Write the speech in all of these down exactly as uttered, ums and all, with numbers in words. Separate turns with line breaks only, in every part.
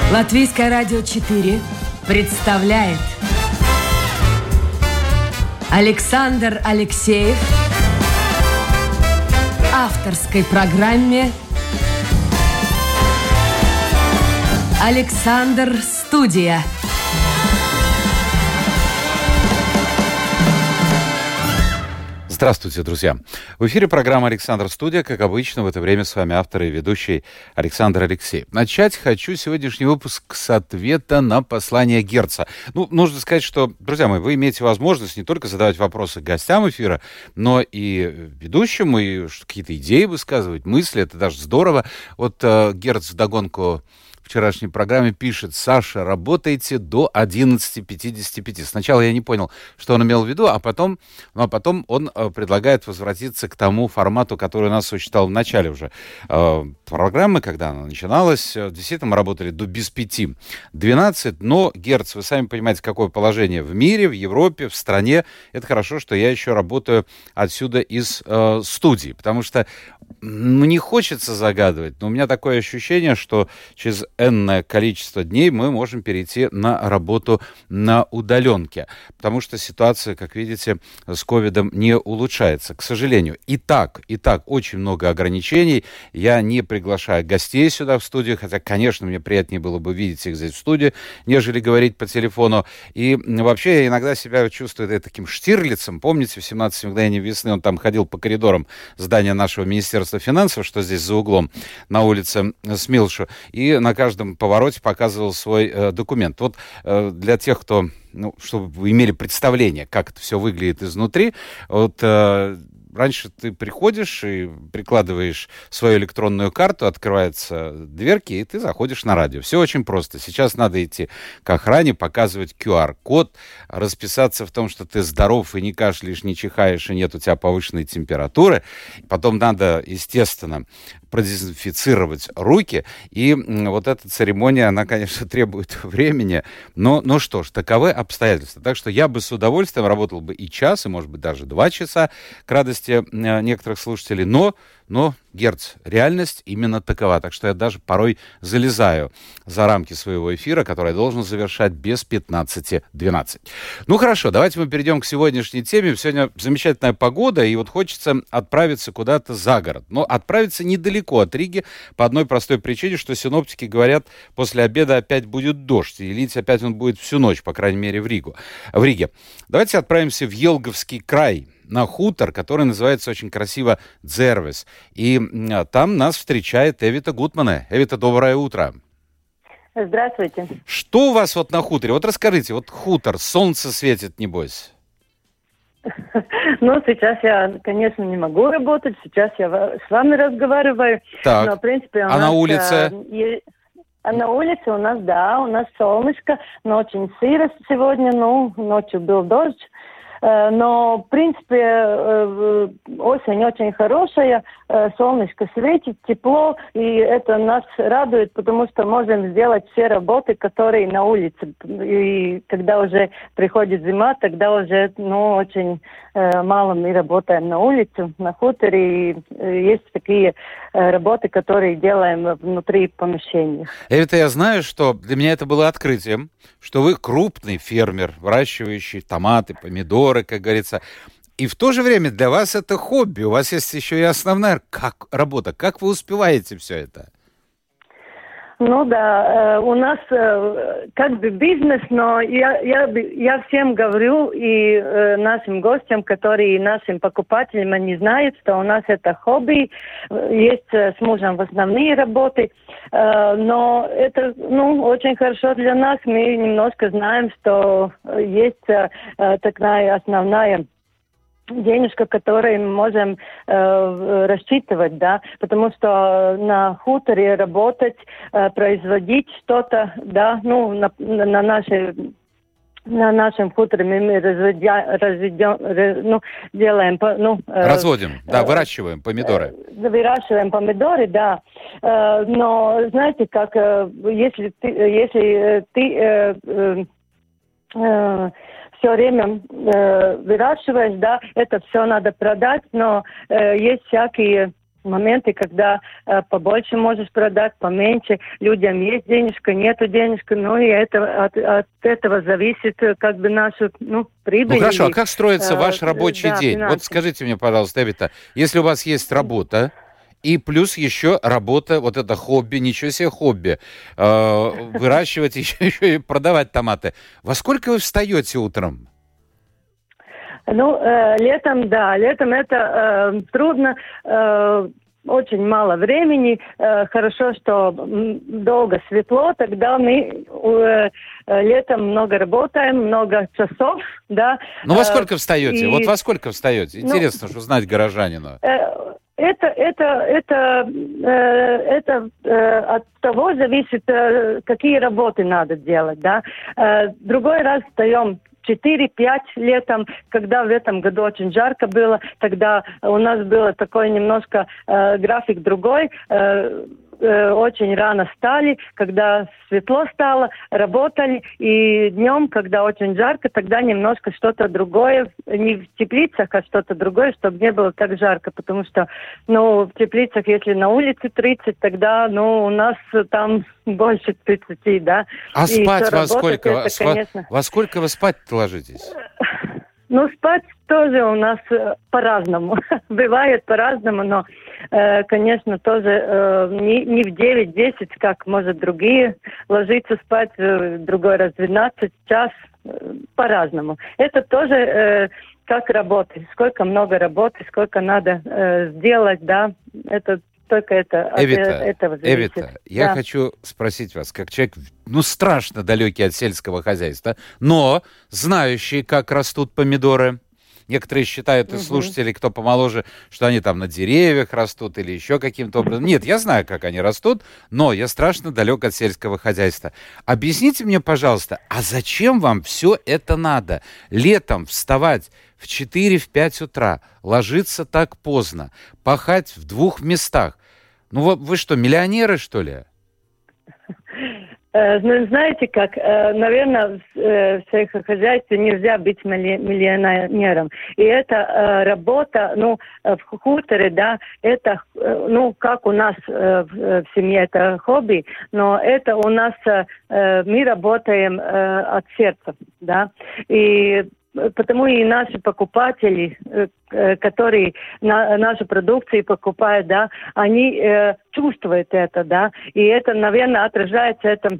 Латвийское радио четыре представляет Александр Алексеев в авторской программе «Александр Студия».
Здравствуйте, друзья! В эфире программа «Александр Студия». Как обычно, в это время с вами автор и ведущий Александр Алексеев. Начать хочу сегодняшний выпуск с ответа на послание Герца. Ну, нужно сказать, что, друзья мои, вы имеете возможность не только задавать вопросы гостям эфира, но и ведущему, и какие-то идеи высказывать, мысли. Это даже здорово. Вот э, Герц вдогонку вчерашней программе пишет: Саша, работайте до одиннадцати пятидесяти пяти. Сначала я не понял, что он имел в виду, а потом, ну, а потом он э, предлагает возвратиться к тому формату, который у нас существовал в начале уже э, программы, когда она начиналась. Действительно, мы работали до без пяти двенадцать, но, Герц, вы сами понимаете, какое положение в мире, в Европе, в стране. Это хорошо, что я еще работаю отсюда из э, студии, потому что ну, не хочется загадывать, но у меня такое ощущение, что через энное количество дней мы можем перейти на работу на удаленке, потому что ситуация, как видите, с ковидом не улучшается, к сожалению. И так, и так очень много ограничений. Я не приглашаю гостей сюда в студию, хотя, конечно, мне приятнее было бы видеть их здесь в студии, нежели говорить по телефону. И вообще я иногда себя чувствую таким Штирлицем. Помните, в семнадцати мгновениях весны он там ходил по коридорам здания нашего Министерства финансов, что здесь за углом на улице Смилшу, и на каждом повороте показывал свой э, документ. Вот э, для тех, кто, ну, чтобы вы имели представление, как это все выглядит изнутри, вот э, раньше ты приходишь и прикладываешь свою электронную карту, открываются дверки, и ты заходишь на радио. Все очень просто. Сейчас надо идти к охране, показывать ку ар-код, расписаться в том, что ты здоров и не кашляешь, не чихаешь, и нет у тебя повышенной температуры. Потом надо, естественно, продезинфицировать руки. И вот эта церемония, она, конечно, требует времени. Но, ну что ж, таковы обстоятельства. Так что я бы с удовольствием работал бы и час, и, может быть, даже два часа к радости некоторых слушателей. Но, но, Герц, реальность именно такова. Так что я даже порой залезаю за рамки своего эфира, который я должен завершать без пятнадцати двенадцати. Ну, хорошо, давайте мы перейдем к сегодняшней теме. Сегодня замечательная погода, и вот хочется отправиться куда-то за город. Но отправиться недалеко от Риги по одной простой причине, что синоптики говорят, после обеда опять будет дождь, и лить опять он будет всю ночь, по крайней мере, в Ригу, в Риге. Давайте отправимся в Елговский край, на хутор, который называется очень красиво Дзервис. И там нас встречает Эвита Гутмане. Эвита, доброе утро.
Здравствуйте.
Что у вас вот на хуторе? Вот расскажите, вот хутор, солнце светит, небось.
Ну, сейчас я, конечно, не могу работать, сейчас я с вами разговариваю.
Так,
но, в принципе, у
а
нас,
на улице?
Е... А на улице у нас, да, у нас солнышко, но очень сыро сегодня, ну, ночью был дождь. Но, в принципе, осень очень хорошая, солнышко светит, тепло, и это нас радует, потому что можем сделать все работы, которые на улице. И когда уже приходит зима, тогда уже, ну, очень мало мы работаем на улице, на хуторе, и есть такие работы, которые делаем внутри помещения.
Это я знаю, что для меня это было открытием, что вы крупный фермер, выращивающий томаты, помидоры, как говорится. И в то же время для вас это хобби. У вас есть еще и основная как, работа. Как вы успеваете все это?
Ну да, у нас как бы бизнес, но я, я, я всем говорю и нашим гостям, которые нашим покупателям, они знают, что у нас это хобби, есть с мужем в основные работы, но это, ну, очень хорошо для нас, мы немножко знаем, что есть такая основная денежка, которой мы можем э, рассчитывать, да, потому что на хуторе работать, э, производить что-то, да, ну, на, на нашей на нашем хуторе мы разведя, разведем, ну, делаем, ну...
Разводим, э, да, выращиваем помидоры.
Э, выращиваем помидоры, да. Э, но знаете, как, э, если ты, если ты э, э, э, все время э, выращиваешь, да, это все надо продать, но э, есть всякие моменты, когда э, побольше можешь продать, поменьше. Людям есть денежка, нету денежка, ну и это, от, от этого зависит э, как бы наша ну, прибыль.
Ну хорошо,
или,
а как строится
э,
ваш рабочий
да,
день?
финансы.
Вот скажите мне, пожалуйста, Эвита, если у вас есть работа, и плюс еще работа, вот это хобби, ничего себе хобби, э, выращивать, еще, еще и продавать томаты. Во сколько вы встаете утром?
Ну, э, летом, да, летом это э, трудно, э, очень мало времени. Э, хорошо, что м, долго светло, тогда мы э, летом много работаем, много часов, да.
Ну, во
Э,
сколько встаете?
и...
Вот во сколько встаете? Интересно,
ну,
что знать горожанину.
Э, Это, это, это, э, это э, от того зависит, э, какие работы надо делать, да. Э, другой раз встаем четыре-пять летом, когда в этом году очень жарко было, тогда у нас был такой немножко э, график другой, э, э, очень рано встали, когда светло стало, работали, и днем, когда очень жарко, тогда немножко что-то другое, не в теплицах, а что-то другое, чтобы не было так жарко, потому что, ну, в теплицах, если на улице тридцать, тогда, ну, у нас там больше тридцати, да.
А
И
спать во сколько?
Это,
Во,
конечно...
во сколько вы спать ложитесь?
Ну, спать тоже у нас э, по-разному. Бывает по-разному, но, э, конечно, тоже э, не, не в девять-десять, как, может, другие ложиться спать, э, другой раз двенадцать, час, э, по-разному. Это тоже э, как работы. Сколько много работы, сколько надо э, сделать, да, это только это,
Эвита,
от этого зависит.
Эвита, я
да.
хочу спросить вас, как человек, ну, страшно далекий от сельского хозяйства, но знающий, как растут помидоры. Некоторые считают, из слушателей, кто помоложе, что они там на деревьях растут или еще каким-то образом. Нет, я знаю, как они растут, но я страшно далек от сельского хозяйства. Объясните мне, пожалуйста, а зачем вам все это надо? Летом вставать в четыре-пять утра, ложиться так поздно, пахать в двух местах. Ну, вы, вы что, миллионеры, что ли?
Ну, знаете как, наверное, в сельскохозяйстве нельзя быть миллионером. И эта работа, ну, в хуторе, да, это, ну, как у нас в семье, это хобби, но это у нас, мы работаем от сердца, да, и потому и наши покупатели, которые на, нашу продукцию покупают, да, они э, чувствуют это, да, и это, наверное, отражается это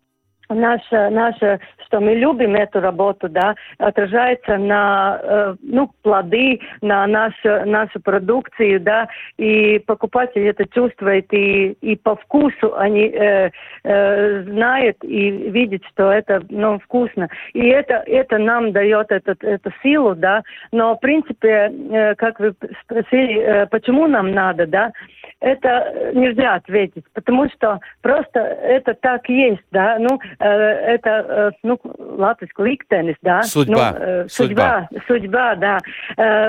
наше, наше, что мы любим эту работу, да, отражается на, э, ну, плоды, на нашу, нашу продукцию, да, и покупатель это чувствует, и, и по вкусу они э, э, знают и видят, что это, ну, вкусно. И это, это нам дает этот, эту силу, да, но, в принципе, э, как вы спросили, э, почему нам надо, да, это нельзя ответить, потому что просто это так есть, да, ну, э, это, э, ну, латвийский ликтенис, да.
Судьба.
Ну, э, судьба. Судьба, судьба, да. Э,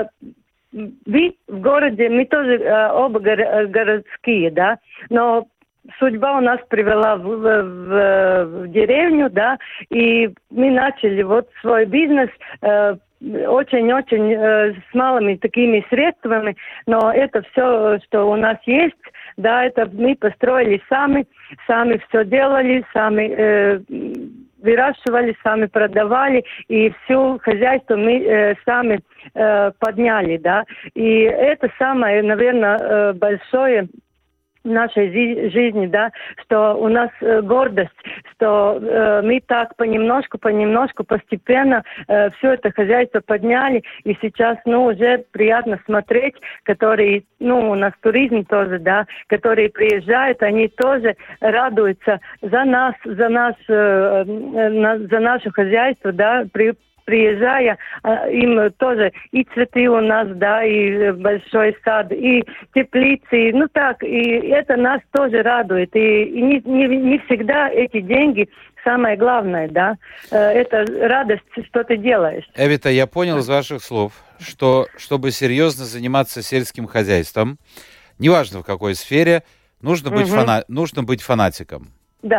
вы в городе, мы тоже э, оба горо- городские, да, но судьба у нас привела в, в, в, в деревню, да, и мы начали вот свой бизнес, э, очень-очень э, с малыми такими средствами, но это все, что у нас есть, да, это мы построили сами, сами все делали, сами э, выращивали, сами продавали, и все хозяйство мы э, сами э, подняли, да, и это самое, наверное, э, большое в нашей зи- жизни, да, что у нас э, гордость, что э, мы так понемножку, понемножку, постепенно э, все это хозяйство подняли, и сейчас, ну, уже приятно смотреть, которые, ну, у нас туризм тоже, да, которые приезжают, они тоже радуются за нас, за нас, э, на, за наше хозяйство, да, при приезжая, им тоже и цветы у нас, да, и большой сад, и теплицы, ну так, и это нас тоже радует. И, и не, не, не всегда эти деньги самое главное, да, это радость, что ты делаешь.
Эвита, я понял из ваших слов, что чтобы серьезно заниматься сельским хозяйством, неважно в какой сфере, нужно быть,
угу.
фана... нужно быть фанатиком.
Да.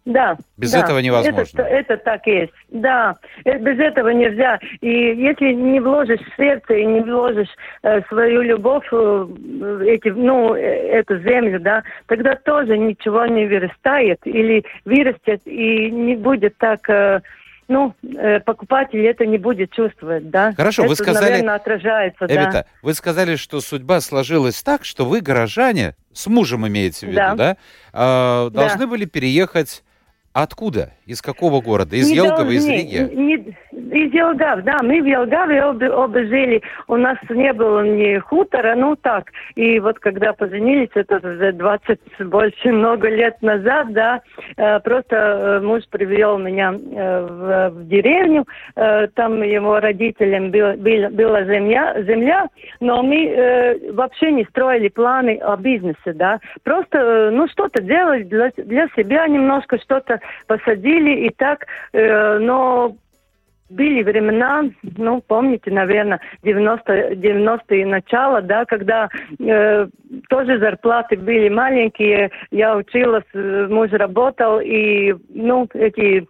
Да.
Без
да,
этого невозможно.
Это, это так есть. Да, без этого нельзя. И если не вложишь в сердце и не вложишь э, свою любовь, э, эти, ну, э, эту землю, да, тогда тоже ничего не вырастает или вырастет и не будет так... Э, Ну, э, покупатель это не будет чувствовать, да?
Хорошо,
это,
вы сказали...
наверное, отражается,
Эвита,
да.
вы сказали, что судьба сложилась так, что вы, горожане, с мужем имеете в виду, да, да? А, должны
да.
были переехать откуда? Из какого города? Из
не
Елгова,
должны,
из Риги?
Не, из Елгав, да. Мы в Елгаве оба, оба жили. У нас не было ни хутора, ну так. И вот когда поженились, это уже двадцать, больше, много лет назад, да, просто муж привел меня в, в деревню. Там его родителям был, был, была земля, земля, но мы вообще не строили планы о бизнесе, да. Просто, ну, что-то делали для, для себя немножко, что-то посадили и так, э, но были времена, ну, помните, наверное, девяностые, девяностые начало, да, когда э, тоже зарплаты были маленькие, я училась, муж работал, и, ну, эти...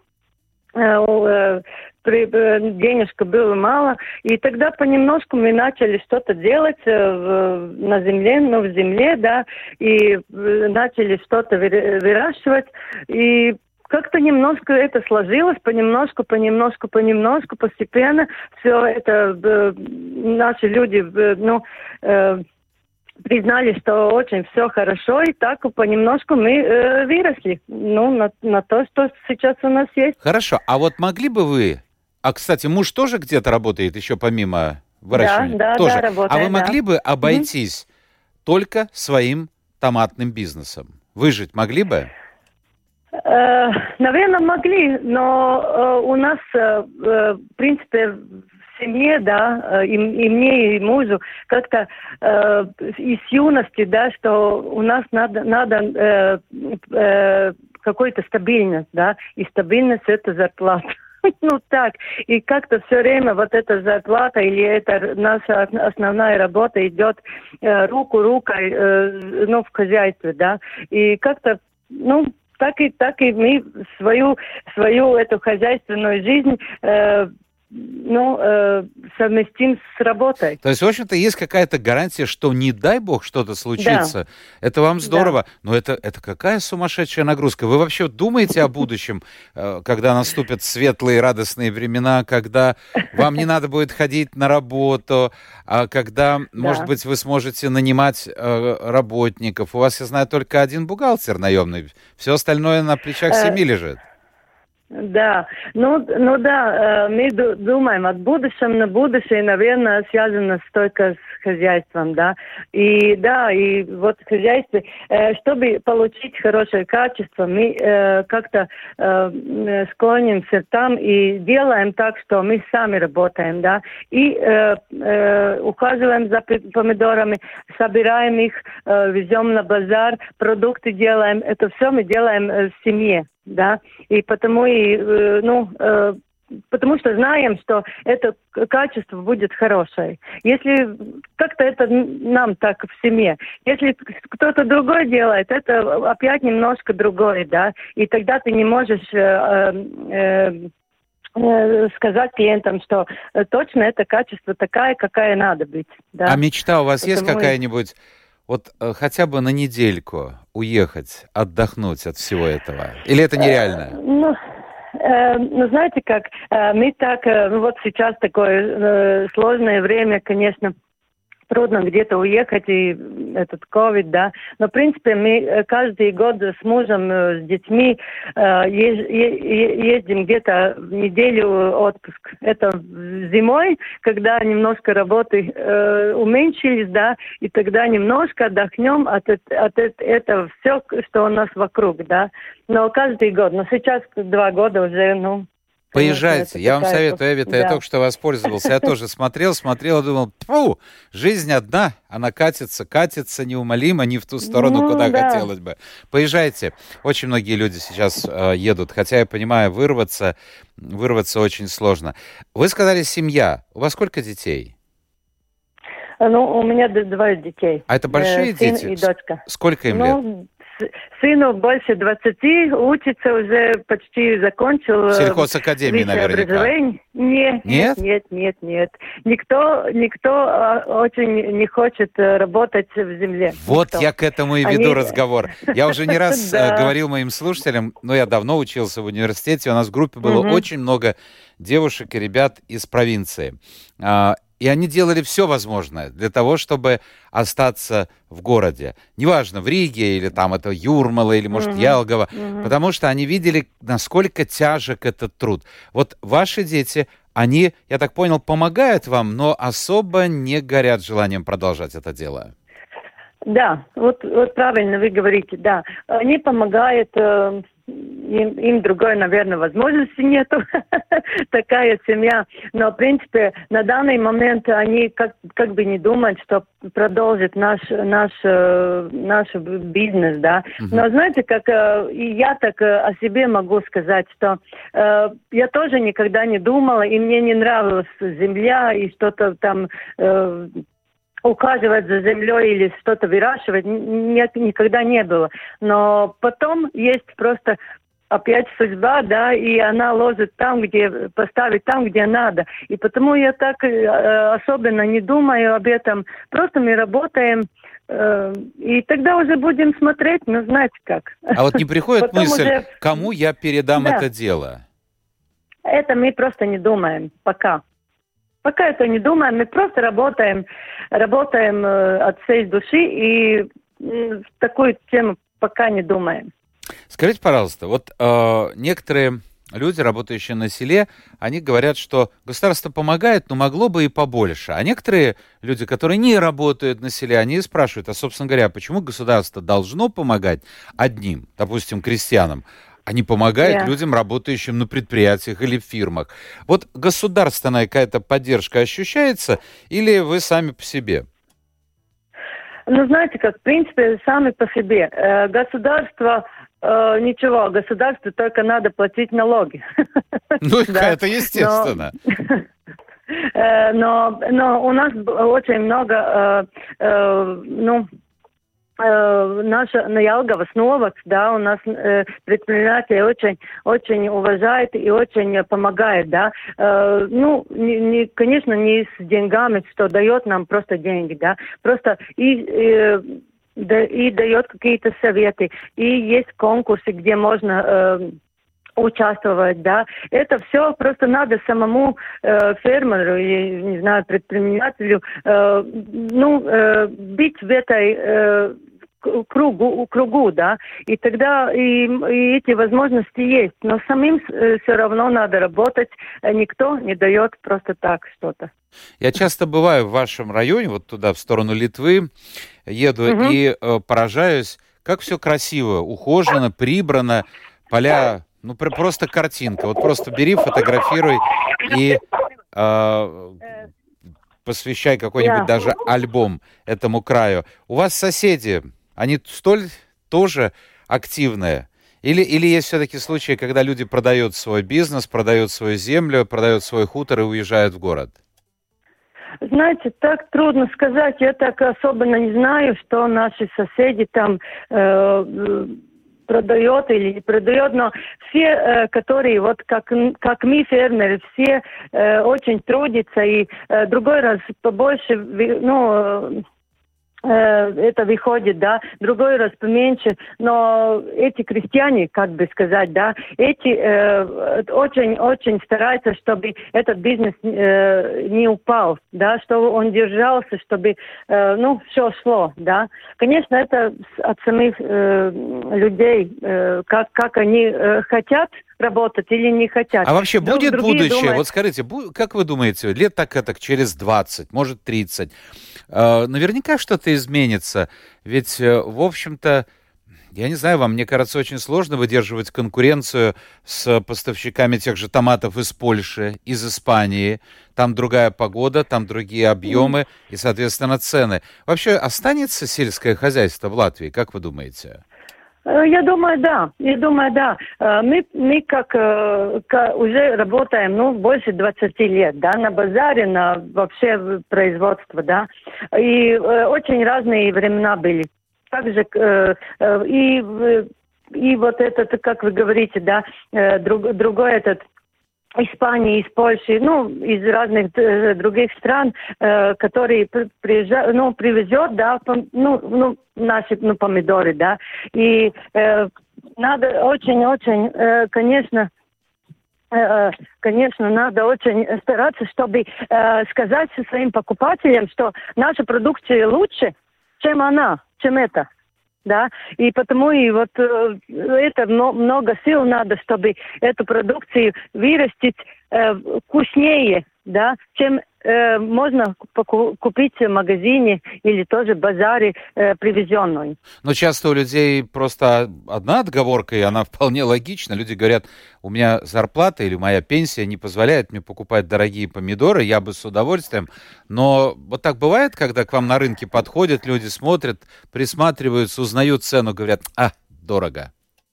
Э, э, денежка было мало, и тогда понемножку мы начали что-то делать э, на земле, ну, в земле, да, и э, начали что-то выращивать, и как-то немножко это сложилось, понемножку, понемножку, понемножку, постепенно все это э, наши люди, э, ну, э, признали, что очень все хорошо, и так понемножку мы э, выросли, ну, на, на то, что сейчас у нас есть.
Хорошо, а вот могли бы вы, а, кстати, муж тоже где-то работает еще помимо выращивания?
Да, да,
тоже.
да, работает,
А вы могли
да.
бы обойтись mm-hmm. только своим томатным бизнесом? Выжить могли бы?
Э, наверное, могли, но э, у нас, э, в принципе, в семье, да, и, и мне, и мужу, как-то э, из юности, да, что у нас надо, надо э, э, какой-то стабильность, да, и стабильность – это зарплата. Ну так, и как-то все время вот эта зарплата или это наша основная работа идет э, руку рукой, э, ну, в хозяйстве, да, и как-то, ну, так и так и мы свою свою эту хозяйственную жизнь э, ну, э, совместим с работой.
То есть, в общем-то, есть какая-то гарантия, что не дай бог что-то случится. Да. Это вам здорово. Да. Но это, это какая сумасшедшая нагрузка. Вы вообще думаете о будущем, когда наступят светлые, радостные времена, когда вам не надо будет ходить на работу, а когда, да. может быть, вы сможете нанимать работников. У вас, я знаю, только один бухгалтер наемный. Все остальное на плечах семьи лежит.
Да, ну, ну да, мы думаем о будущем, на будущее, наверное, связано только с хозяйством, да, и да, и вот в хозяйстве, чтобы получить хорошее качество, мы как-то склонимся там и делаем так, что мы сами работаем, да, и ухаживаем за помидорами, собираем их, везем на базар, продукты делаем, это все мы делаем в семье. Да, и потому и, э, ну, э, потому что знаем, что это качество будет хорошее. Если как-то это нам так в семье. Если кто-то другой делает, это опять немножко другое, да, и тогда ты не можешь э, э, э, сказать клиентам, что точно это качество такая, какая надо быть. Да?
А мечта у вас
потому
есть какая-нибудь? Вот э, хотя бы на недельку уехать, отдохнуть от всего этого? Или это нереально?
Э, ну, э, ну, знаете как, э, мы так, э, вот сейчас такое э, сложное время, конечно, трудно где-то уехать, и этот ковид, да. Но, в принципе, мы каждый год с мужем, с детьми э, ездим где-то в неделю отпуск. Это зимой, когда немножко работы э, уменьшились, да, и тогда немножко отдохнем от, от этого все, что у нас вокруг, да. Но каждый год. Но сейчас два года уже, ну...
Поезжайте. Я вам советую, Эвита, да. Я только что воспользовался. Я тоже смотрел, смотрел, думал, фу, жизнь одна, она катится, катится неумолимо, не в ту сторону, ну, куда да. хотелось бы. Поезжайте. Очень многие люди сейчас э, едут, хотя я понимаю, вырваться, вырваться очень сложно. Вы сказали, семья. У вас сколько детей?
Ну, у меня двое детей.
А это большие
э, сын
дети?
И дочка.
Сколько им
ну,
лет?
сыну больше двадцати, учится уже, почти закончил.
Сельхозакадемии наверняка.
Нет, нет, нет, нет, нет. Никто, никто очень не хочет работать в земле.
Вот
никто.
Я к этому и веду Они... разговор. Я уже не раз говорил моим слушателям, но я давно учился в университете, у нас в группе было очень много девушек и ребят из провинции. И они делали все возможное для того, чтобы остаться в городе. Неважно, в Риге или там это Юрмала или, может, uh-huh. Ялгова. Uh-huh. Потому что они видели, насколько тяжек этот труд. Вот ваши дети, они, я так понял, помогают вам, но особо не горят желанием продолжать это дело.
Да, вот, вот правильно вы говорите, да. Они помогают... Э... Им, им другой, наверное, возможности нету, такая семья. Но, в принципе, на данный момент они как, как бы не думают, что продолжит наш, наш, наш бизнес, да. Uh-huh. Но знаете, как и я так о себе могу сказать, что э, я тоже никогда не думала, и мне не нравилась земля, и что-то там... Э, ухаживать за землей или что-то выращивать, нет, никогда не было. Но потом есть просто опять судьба, да, и она ложит там, где, поставит там, где надо. И потому я так э, особенно не думаю об этом. Просто мы работаем, э, и тогда уже будем смотреть, ну, знаете как.
А вот не приходит мысль, уже... кому я передам да. это дело?
Это мы просто не думаем пока. Пока это не думаем, мы просто работаем, работаем э, от всей души и э, в такую тему пока не думаем.
Скажите, пожалуйста, вот э, некоторые люди, работающие на селе, они говорят, что государство помогает, но могло бы и побольше. А некоторые люди, которые не работают на селе, они спрашивают, а, собственно говоря, почему государство должно помогать одним, допустим, крестьянам, а не помогает yeah. людям, работающим на предприятиях или в фирмах. Вот государственная какая-то поддержка ощущается или вы сами по себе?
Ну, знаете, как, в принципе, сами по себе. Э, государство, э, ничего, государству только надо платить налоги.
Ну, это естественно.
Но, но у нас очень много, э, ну, наша на Ялгавас новац, да, у нас э, предприятие очень, очень уважает и очень помогает, да. Э, ну, не, не, конечно, не с деньгами, что дает нам просто деньги, да, просто и, э, да, и дает какие-то советы, и есть конкурсы, где можно э, участвовать, да. Это все просто надо самому э, фермеру, и, не знаю, предпринимателю, э, ну, э, быть в этой э, кругу, кругу, да, и тогда и, и эти возможности есть, но самим э, все равно надо работать, никто не дает просто так что-то.
Я часто бываю в вашем районе, вот туда, в сторону Литвы, еду угу. и э, поражаюсь, как все красиво, ухожено, прибрано, поля... Ну, просто картинка. Вот просто бери, фотографируй и э, посвящай какой-нибудь yeah. даже альбом этому краю. У вас соседи, они столь тоже активные? Или, или есть все-таки случаи, когда люди продают свой бизнес, продают свою землю, продают свой хутор и уезжают в город?
Знаете, так трудно сказать. Я так особенно не знаю, что наши соседи там... Э, продает или не продает, но все, э, которые, вот как, как мы, фермеры, все э, очень трудятся, и э, другой раз побольше, ну, э, это выходит, да, другой раз поменьше, но эти крестьяне, как бы сказать, да, эти очень-очень э, стараются, чтобы этот бизнес э, не упал, да, чтобы он держался, чтобы, э, ну, все шло, да. Конечно, это от самих э, людей, э, как, как они э, хотят работать или не хотят.
А вообще
Друг,
будет будущее?
Думают...
Вот скажите, как вы думаете, лет так так через двадцать, может тридцать, э, наверняка что-то изменится, ведь, э, в общем-то, я не знаю, вам, мне кажется, очень сложно выдерживать конкуренцию с поставщиками тех же томатов из Польши, из Испании. Там другая погода, там другие объемы mm. и, соответственно, цены. Вообще останется сельское хозяйство в Латвии, как вы думаете?
Я думаю, да. Я думаю, да. Мы, мы как, как уже работаем, ну, больше двадцати лет, да, на базаре, на вообще производство, да. И очень разные времена были. также э, э, и, и вот этот, как вы говорите, да, э, друг, другой этот Испании, из Польши, ну, из разных э, других стран, э, которые приезжают, ну, привезет, да, пом, ну, ну, наши, ну, помидоры, да, и э, надо очень-очень, э, конечно, э, конечно, надо очень стараться, чтобы э, сказать своим покупателям, что наша продукция лучше, чем она, чем это. Да, и потому и вот э, это много сил надо, чтобы эту продукцию вырастить э, вкуснее, да, чем э, можно поку- купить в магазине или тоже в базаре э, привезенную.
Но часто у людей просто одна отговорка, и она вполне логична. Люди говорят, у меня зарплата или моя пенсия не позволяет мне покупать дорогие помидоры, я бы с удовольствием. Но вот так бывает, когда к вам на рынке подходят, люди смотрят, присматриваются, узнают цену, говорят, а, дорого.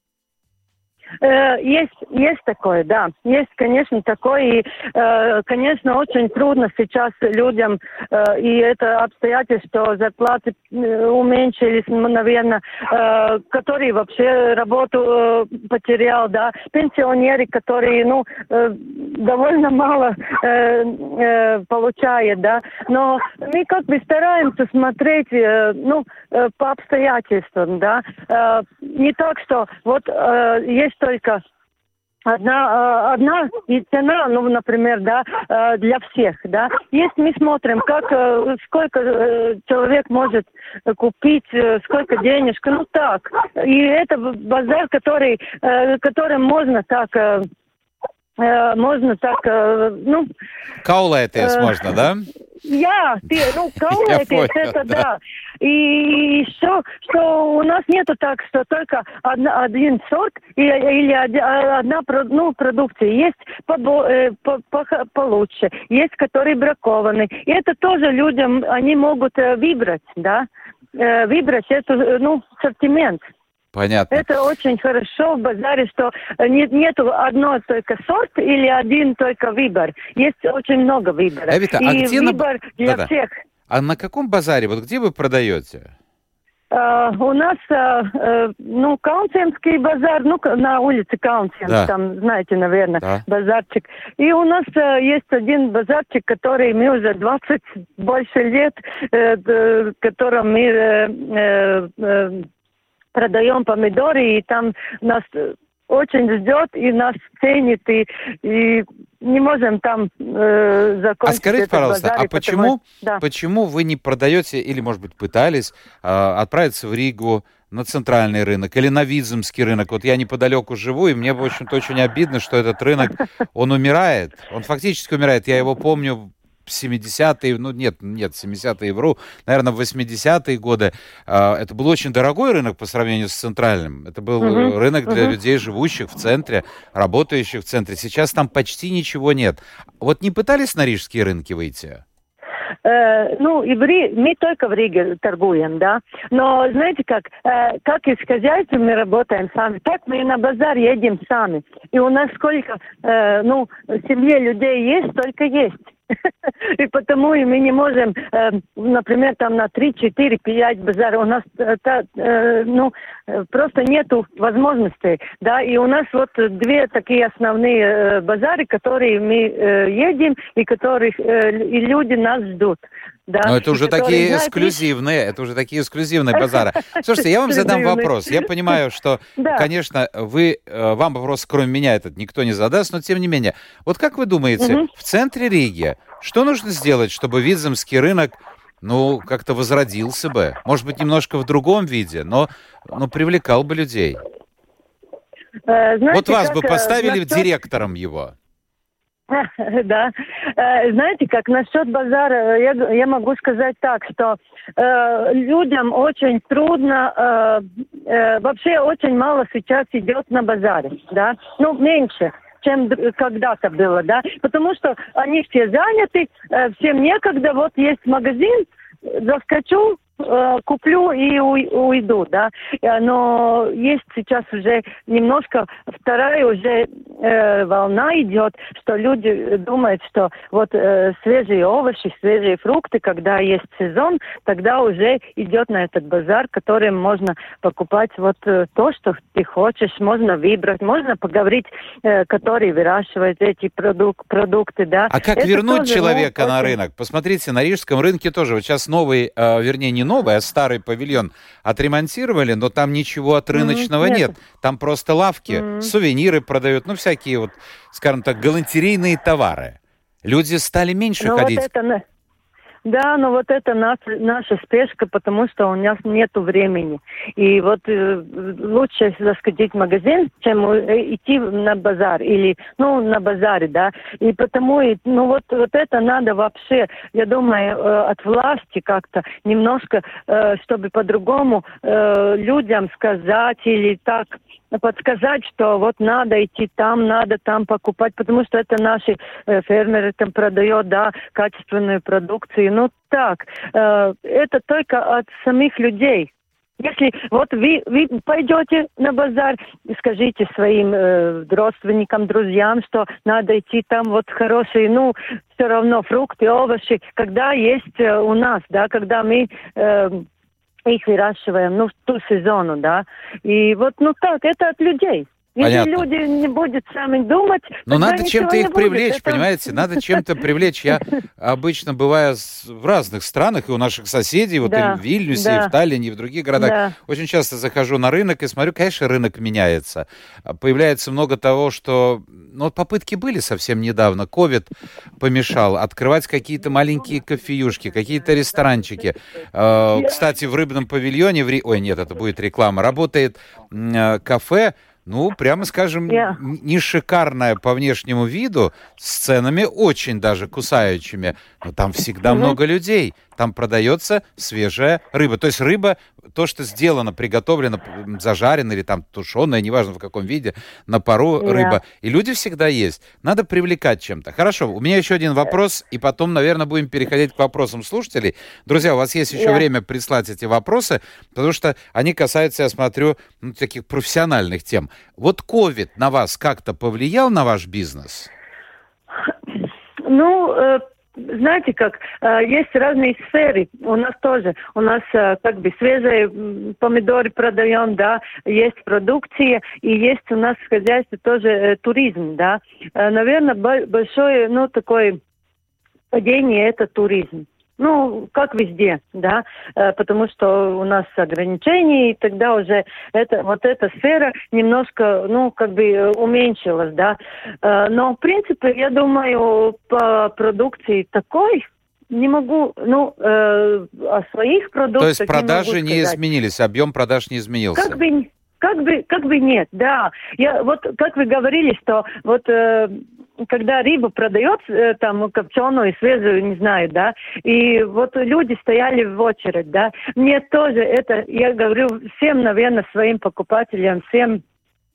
Есть, есть такое, да. Есть, конечно, такое. И, э, конечно, очень трудно сейчас людям, э, и это обстоятельство, что зарплаты э, уменьшились, наверное, э, которые вообще работу э, потерял, да. Пенсионеры, которые, ну, э, довольно мало э, э, получают, да. Но мы как бы стараемся смотреть, э, ну, э, по обстоятельствам, да. Э, не так, что вот э, есть только одна, одна и цена, ну, например, да, для всех, да. Если мы смотрим, как, сколько человек может купить, сколько денежка, ну, так. И это базар, который, которым можно так... Можно так, ну...
Каулайтесь э, можно, да?
Я, ты, ну, каулайтесь, это да. да. И еще, что у нас нету так, что только одна, один сорт или, или одна ну, продукция. Есть побо, э, по, по, получше, есть, которые бракованы. И это тоже людям, они могут э, выбрать, да, э, выбрать эту, ну, ассортимент.
Понятно.
Это очень хорошо в базаре, что нет, нету одно только сорт или один только выбор. Есть очень много выбора.
Эвита, а
и
где
выбор
на...
для
Да-да.
всех.
А на каком базаре? Вот где вы продаете?
Uh, у нас, uh, uh, ну, Каунсенский базар, ну, на улице Каунсен, да. Там, знаете, наверное, да. Базарчик. И у нас uh, есть один базарчик, который мы уже двадцать больше лет, uh, которым мы uh, uh, продаем помидоры, и там нас очень ждет, и нас ценит, и, и не можем там э, закончить.
А скажите, пожалуйста,
базар,
а почему,
потому... да.
почему вы не продаете, или, может быть, пытались э, отправиться в Ригу, на центральный рынок, или на Видземский рынок? Вот я неподалеку живу, и мне, в общем-то, очень обидно, что этот рынок, он умирает. Он фактически умирает. Я его помню... семидесятые, ну нет, нет, семидесятые вру, наверное, в восьмидесятые годы. Э, это был очень дорогой рынок по сравнению с центральным. Это был uh-huh, рынок для uh-huh. людей, живущих в центре, работающих в центре. Сейчас там почти ничего нет. Вот не пытались на рижские рынки выйти?
Э, ну, и в Ри... мы только в Риге торгуем, да. Но знаете как, э, как и с хозяйством мы работаем сами, так мы и на базар едем сами. И у нас сколько, э, ну, в семье людей есть, столько есть. И потому и мы не можем, э, например, там на три, четыре, пять базаров. У нас э, та, э, ну, просто нету возможностей. Да, и у нас вот две такие основные э, базары, которые мы э, едем, и которых э, и люди нас ждут. Да,
но это уже такие
знают...
эксклюзивные, это уже такие эксклюзивные базары. Слушайте, я вам задам вопрос. Я понимаю, что, да. конечно, вы, вам вопрос, кроме меня, этот никто не задаст, но тем не менее. Вот как вы думаете, угу. в центре Риги что нужно сделать, чтобы Видземский рынок, ну, как-то возродился бы? Может быть, немножко в другом виде, но, но привлекал бы людей. Э, знаете, вот вас как, бы поставили насчет... директором его.
Да. Знаете, как насчет базара, я, я могу сказать так, что э, людям очень трудно, э, э, вообще очень мало сейчас идет на базаре, да, ну, меньше, чем когда-то было, да, потому что они все заняты, э, всем некогда, вот есть магазин, заскочу, э, куплю и у, уйду, да. Но есть сейчас уже немножко вторая уже э, волна идет, что люди думают, что вот э, свежие овощи, свежие фрукты, когда есть сезон, тогда уже идет на этот базар, который можно покупать вот э, то, что ты хочешь, можно выбрать, можно поговорить, э, который выращивает эти продук- продукты, да.
А как
Это
вернуть
тоже,
человека
ну,
на
очень...
рынок? Посмотрите, на Рижском рынке тоже. Вот сейчас новый, э, вернее, не новый, а старый павильон отремонтировали, но там ничего от рыночного
Mm-hmm.
нет. Там просто лавки,
Mm-hmm.
сувениры продают, ну, всякие вот, скажем так, галантерейные товары. Люди стали меньше
Ну,
ходить.
Вот это... Да, но вот это наша, наша спешка, потому что у нас нету времени. И вот э, лучше сходить в магазин, чем э, идти на базар или, ну, на базаре, да. И потому, и, ну, вот, вот это надо вообще, я думаю, э, от власти как-то немножко, э, чтобы по-другому э, людям сказать или так подсказать, что вот надо идти там, надо там покупать, потому что это наши э, фермеры там продают, да, качественную продукцию. Ну так, э, это только от самих людей. Если вот вы, вы пойдете на базар, скажите своим э, родственникам, друзьям, что надо идти там вот хорошие, ну, все равно фрукты, овощи, когда есть э, у нас, да, когда мы... Э, их выращиваем, ну, в ту сезону, да. И вот, ну так, это от людей. Если
Понятно.
люди не будут сами думать,
Но
тогда
надо
ничего
чем-то
не
их
будет.
привлечь,
Это...
понимаете? Надо чем-то привлечь. Я обычно бываю в разных странах, и у наших соседей, вот
да,
и в Вильнюсе,
да.
и в Таллине, и в других городах.
Да.
Очень часто захожу на рынок и смотрю, конечно, рынок меняется. Появляется много того, что... Ну, вот попытки были совсем недавно. Ковид помешал открывать какие-то маленькие кофеюшки, какие-то ресторанчики. Кстати, в рыбном павильоне... В... Ой, нет, это будет реклама. Работает кафе. Ну, прямо скажем, yeah. не шикарная по внешнему виду, с ценами очень даже кусающими, но там всегда mm-hmm. много людей. Там продается свежая рыба. То есть рыба, то, что сделано, приготовлено, зажарено или там тушеное, неважно в каком виде, на пару yeah. рыба. И люди всегда есть. Надо привлекать чем-то. Хорошо, у меня еще один вопрос, и потом, наверное, будем переходить к вопросам слушателей. Друзья, у вас есть еще yeah. время прислать эти вопросы, потому что они касаются, я смотрю, ну, таких профессиональных тем. Вот ковид на вас как-то повлиял на ваш бизнес?
Ну, э, знаете как, э, есть разные сферы. У нас тоже, у нас э, как бы свежие помидоры продаем, да, есть продукция, и есть у нас в хозяйстве тоже э, туризм, да. Э, наверное, бо- большое, ну, такое падение – это туризм. Ну, как везде, да, э, потому что у нас ограничения, и тогда уже это, вот эта сфера немножко, ну, как бы уменьшилась, да. Э, но, в принципе, я думаю, по продукции такой не могу, ну, э, о своих продуктах
То есть продажи
не,
не изменились, объем продаж не изменился?
Как бы, как бы, как бы нет, да. Я, вот, как вы говорили, что вот... Э, когда рыбу продает, э, там, копченую, свежую, не знаю, да, и вот люди стояли в очередь, да, мне тоже это, я говорю всем, наверное, своим покупателям, всем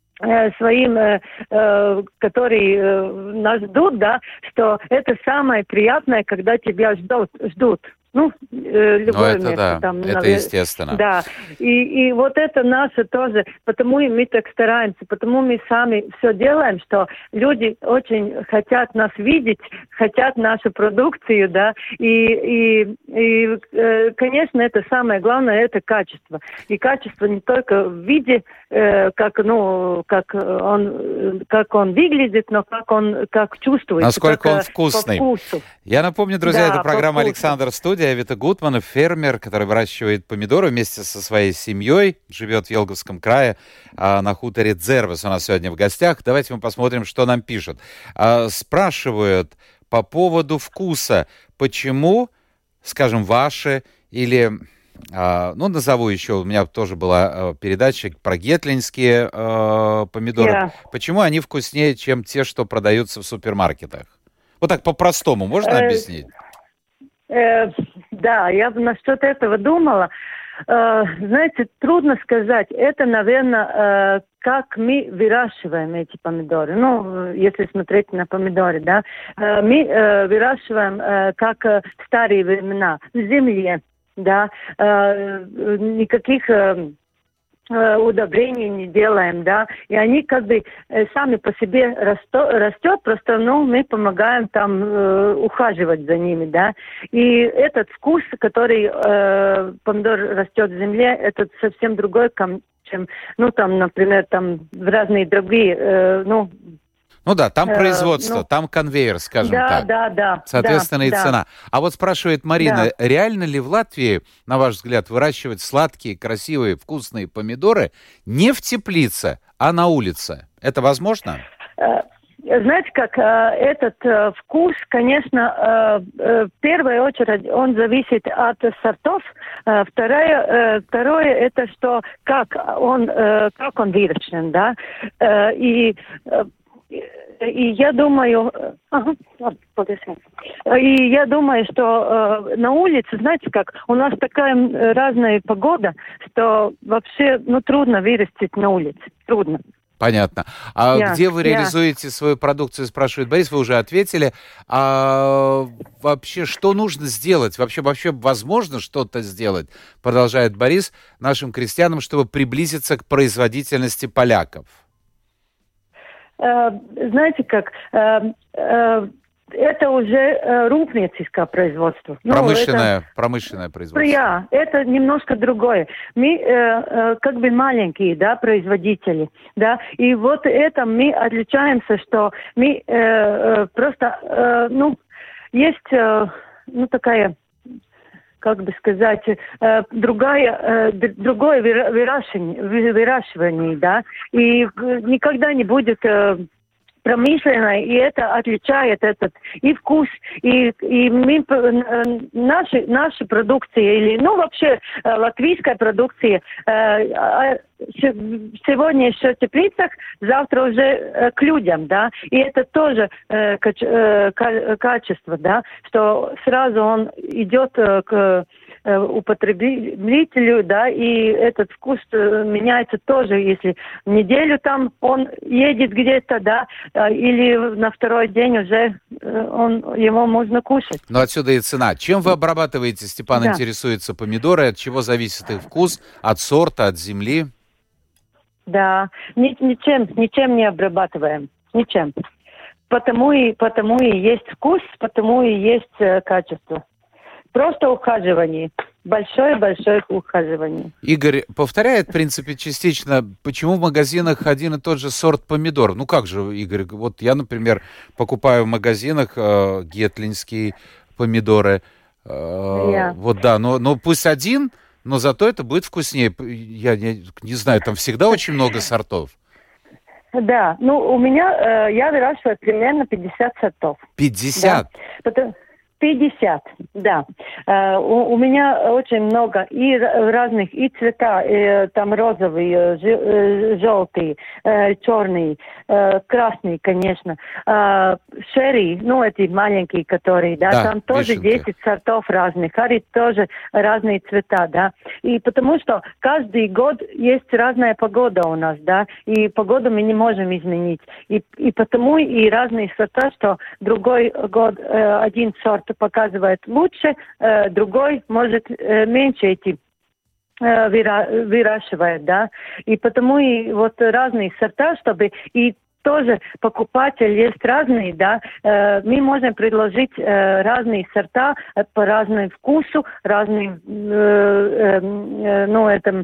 э, своим, э, э, которые э, нас ждут, да, что это самое приятное, когда тебя ждут, ждут. Ну, э, любое
это
место
да,
там.
Это
наверное,
естественно.
Да, и, и вот это наше тоже, потому и мы так стараемся, потому мы сами все делаем, что люди очень хотят нас видеть, хотят нашу продукцию, да, и, и, и э, конечно, это самое главное, это качество. И качество не только в виде, э, как, ну, как он, как он выглядит, но как он, как чувствуется.
Насколько
как,
он вкусный.
По вкусу.
Я напомню, друзья,
Да,
это программа
по
«Александр Студия». Вита Гутман, фермер, который выращивает помидоры вместе со своей семьей, живет в Елговском крае, а, на хуторе Дзервес у нас сегодня в гостях. Давайте мы посмотрим, что нам пишут. А, спрашивают по поводу вкуса. Почему, скажем, ваши или... А, ну, назову еще, у меня тоже была а, передача про гетлинские а, помидоры.
Yeah.
Почему они вкуснее, чем те, что продаются в супермаркетах? Вот так по-простому можно
Э,
объяснить?
Э, да, я бы насчет этого думала. Э, знаете, трудно сказать. Это, наверное, э, как мы выращиваем эти помидоры. Ну, если смотреть на помидоры, да. Э, мы э, выращиваем, э, как э, в старые времена, в земле. да, э, никаких э, удобрений не делаем, да, и они как бы э, сами по себе расто, растет, просто, ну, мы помогаем там э, ухаживать за ними, да, и этот вкус, который э, помидор растет в земле, это совсем другой, чем, ну, там, например, там разные другие, э, ну,
Ну да, там
Э,
производство,
ну,
там конвейер, скажем
да,
так.
да, да.
Соответственно,
да,
и
да.
цена. А вот спрашивает Марина,
Да.
реально ли в Латвии, на ваш взгляд, выращивать сладкие, красивые, вкусные помидоры не в теплице, а на улице? Это возможно?
Э, Знаете, как э, этот э, вкус, конечно, э, э, в первую очередь он зависит от сортов. Э, второе, э, второе это что, как он, э, как он выращен, да. Э, и э, И я думаю, ага, и я думаю, что э, на улице, знаете как, у нас такая разная погода, что вообще, ну, трудно вырастить на улице, трудно.
Понятно. А
Я,
где вы
я.
реализуете свою продукцию, спрашивает Борис, вы уже ответили. А вообще, что нужно сделать? Вообще, вообще возможно что-то сделать, продолжает Борис, нашим крестьянам, чтобы приблизиться к производительности поляков?
Э, знаете как, э, э, это уже э, рупницкое производство. Ну,
Промышленное,
это...
промышленное производство.
Я, это немножко другое. Мы э, э, как бы маленькие, да, производители, да, и вот это мы отличаемся, что мы э, э, просто, э, ну, есть, э, ну, такая, как бы сказать, э, другая, э, другое выращивание, выращивание, да, и никогда не будет... Э, промышленное, и это отличает этот и вкус, и, и мы, наши, наши продукции, или, ну, вообще, латвийская продукция, сегодня еще в теплицах, завтра уже к людям, да, и это тоже качество, да, что сразу он идет к употребителю, да, и этот вкус меняется тоже, если неделю там он едет где-то, да, или на второй день уже он, его можно кушать.
Но отсюда и цена. Чем вы обрабатываете, Степан,
да.
интересуется, помидоры? От чего зависит их вкус? От сорта, от земли?
Да, ни, ничем, ничем не обрабатываем, ничем. Потому и, потому и есть вкус, потому и есть э, качество. Просто ухаживание. Большое-большое ухаживание.
Игорь повторяет, в принципе, частично, почему в магазинах один и тот же сорт помидор. Ну как же, Игорь, вот я, например, покупаю в магазинах э, гетлинские помидоры. Э,
yeah.
Вот да, но, но пусть один, но зато это будет вкуснее. Я не, не знаю, там всегда очень много сортов.
Да, ну у меня, э, я выращиваю примерно пятьдесят сортов.
пятьдесят?
Да. Потому... пятьдесят, да. Uh, у, у меня очень много и разных, и цвета, и, там розовые, ж, желтые, э, черные, э, красные, конечно. Uh, шерри, ну, эти маленькие, которые, да,
да,
там тоже
вишенки.
десять сортов разных, хари тоже разные цвета, да. И потому что каждый год есть разная погода у нас, да, и погоду мы не можем изменить. И, и потому и разные сорта, что другой год э, один сорт показывает лучше, э, другой может э, меньше эти э, выра- выращивает, да. И потому и вот разные сорта, чтобы и тоже покупатель есть разные, да. Э, мы можем предложить э, разные сорта э, по разному вкусу, разным, э, э, ну, это...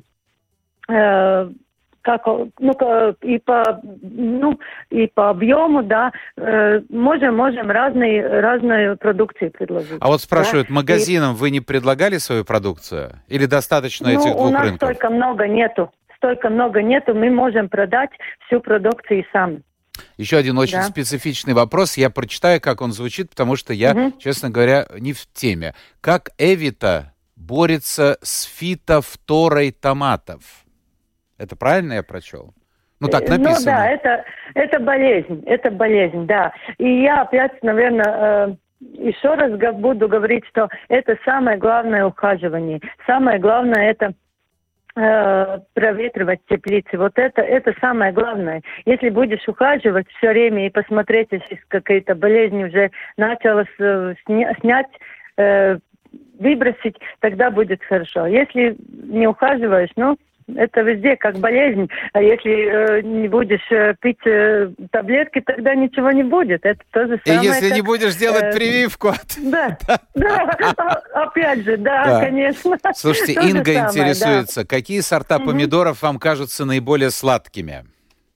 Э, как, ну, и по, ну, и по объему, да, э, можем, можем разные, разные продукции предложить.
А вот спрашивают,
да?
магазинам
и,
вы не предлагали свою продукцию? Или достаточно
ну,
этих двух
у нас
рынков?
столько много нету. Столько много нету, мы можем продать всю продукцию сами.
Еще один очень
да.
специфичный вопрос. Я прочитаю, как он звучит, потому что я, угу. честно говоря, не в теме. Как Эвита борется с фитофторой томатов? Это правильно я прочел? Ну, так написано.
Ну, да, это, это болезнь, это болезнь, да. И я опять, наверное, э, еще раз буду говорить, что это самое главное ухаживание. Самое главное это э, проветривать теплицы. Вот это, это самое главное. Если будешь ухаживать все время и посмотреть, если какая-то болезнь уже начала сня, снять, э, выбросить, тогда будет хорошо. Если не ухаживаешь, ну, это везде как болезнь. А если э, не будешь э, пить э, таблетки, тогда ничего не будет. Это то же самое.
И если
как,
не будешь делать
э,
прививку от...
Да, да, опять же, да, конечно.
Слушайте, Инга интересуется, какие сорта помидоров вам кажутся наиболее сладкими?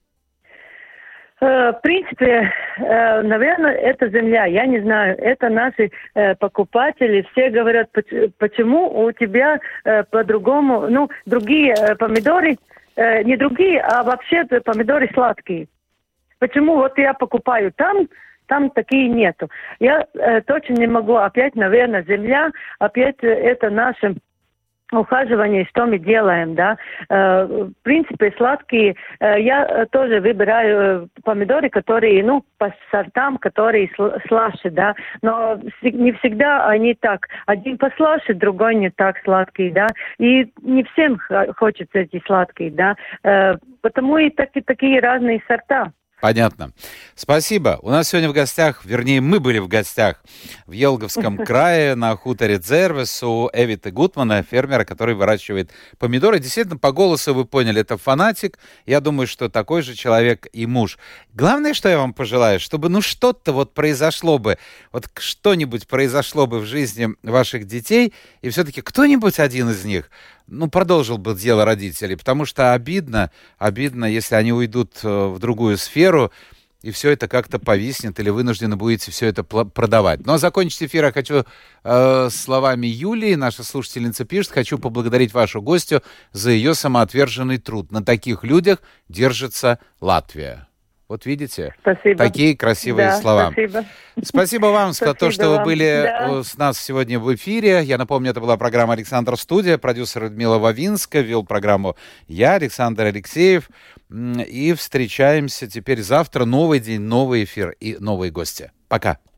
В принципе, наверное, это земля. Я не знаю, это наши покупатели. Все говорят, почему у тебя по-другому, ну, другие помидоры, не другие, а вообще помидоры сладкие. Почему вот я покупаю там, там такие нету. Я точно не могу. Опять, наверное, земля, опять это наше ухаживание, что мы делаем, да. Э, в принципе, сладкие, э, я тоже выбираю помидоры, которые, ну, по сортам, которые сл- слаще, да, но не всегда они так. Один послаще, другой не так сладкий, да, и не всем хочется эти сладкие, да, э, потому и таки, такие разные сорта.
Понятно. Спасибо. У нас сегодня в гостях, вернее, мы были в гостях в Елговском крае на хуторе Дзервес у Эвиты Гутмана, фермера, который выращивает помидоры. Действительно, по голосу вы поняли, это фанатик. Я думаю, что такой же человек и муж. Главное, что я вам пожелаю, чтобы ну что-то вот произошло бы, вот что-нибудь произошло бы в жизни ваших детей, и все-таки кто-нибудь один из них ну, продолжил бы дело родителей, потому что обидно, обидно, если они уйдут в другую сферу, и все это как-то повиснет, или вынуждены будете все это продавать. Но закончить эфир я хочу э, словами Юлии, наша слушательница пишет, хочу поблагодарить вашу гостью за ее самоотверженный труд. На таких людях держится Латвия. Вот видите,
спасибо. Такие
красивые
да,
слова.
Спасибо,
спасибо вам за то, что
вам.
вы были
да.
с нас сегодня в эфире. Я напомню, это была программа «Александр Студия», продюсер Людмила Вавинска, вел программу я, Александр Алексеев. И встречаемся теперь завтра. Новый день, новый эфир и новые гости. Пока.